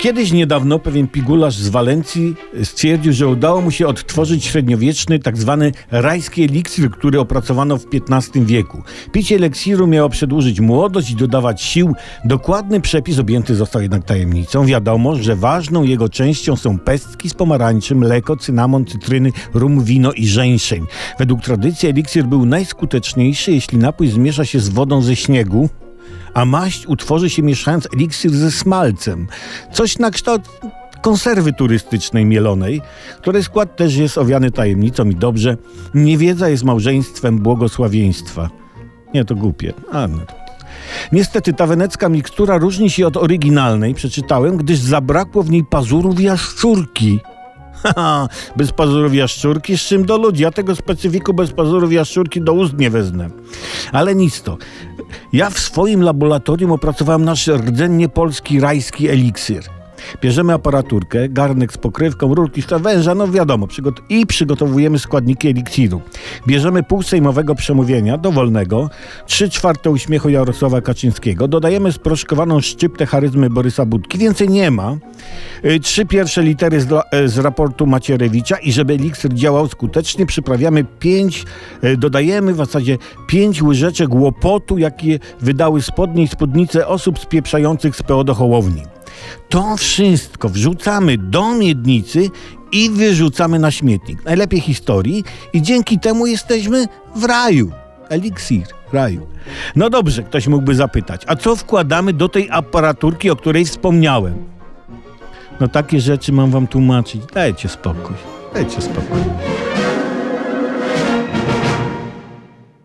Kiedyś niedawno pewien pigularz z Walencji stwierdził, że udało mu się odtworzyć średniowieczny tak zwany rajski eliksir, który opracowano w XV wieku. Picie eliksiru miało przedłużyć młodość i dodawać sił. Dokładny przepis objęty został jednak tajemnicą. Wiadomo, że ważną jego częścią są pestki z pomarańczy, mleko, cynamon, cytryny, rum, wino i żeńszeń. Według tradycji eliksir był najskuteczniejszy, jeśli napój zmiesza się z wodą ze śniegu, a maść utworzy się mieszając eliksir ze smalcem. Coś na kształt konserwy turystycznej mielonej, której skład też jest owiany tajemnicą i dobrze. Niewiedza jest małżeństwem błogosławieństwa. Nie, to głupie. Niestety ta wenecka mikstura różni się od oryginalnej, przeczytałem, gdyż zabrakło w niej pazurów jaszczurki. Bez pazurów jaszczurki, z czym do ludzi. Ja tego specyfiku bez pazurów jaszczurki do ust nie wezmę. Ale nic to. Ja w swoim laboratorium opracowałem nasz rdzennie polski rajski eliksir. Bierzemy aparaturkę, garnek z pokrywką, rurki z węża, no wiadomo, i przygotowujemy składniki eliksiru. Bierzemy pół sejmowego przemówienia, dowolnego, 3/4 uśmiechu Jarosława Kaczyńskiego, dodajemy sproszkowaną szczyptę charyzmy Borysa Budki, więcej nie ma, 3 pierwsze litery z raportu Macierewicza i żeby eliksir działał skutecznie, dodajemy w zasadzie 5 łyżeczek łopotu, jakie wydały spodnie i spódnice osób spieprzających z PO do Hołowni. To wszystko wrzucamy do miednicy i wyrzucamy na śmietnik. Najlepiej historii i dzięki temu jesteśmy w raju. Eliksir raju. No dobrze, ktoś mógłby zapytać, a co wkładamy do tej aparaturki, o której wspomniałem? No takie rzeczy mam wam tłumaczyć. Dajcie spokój.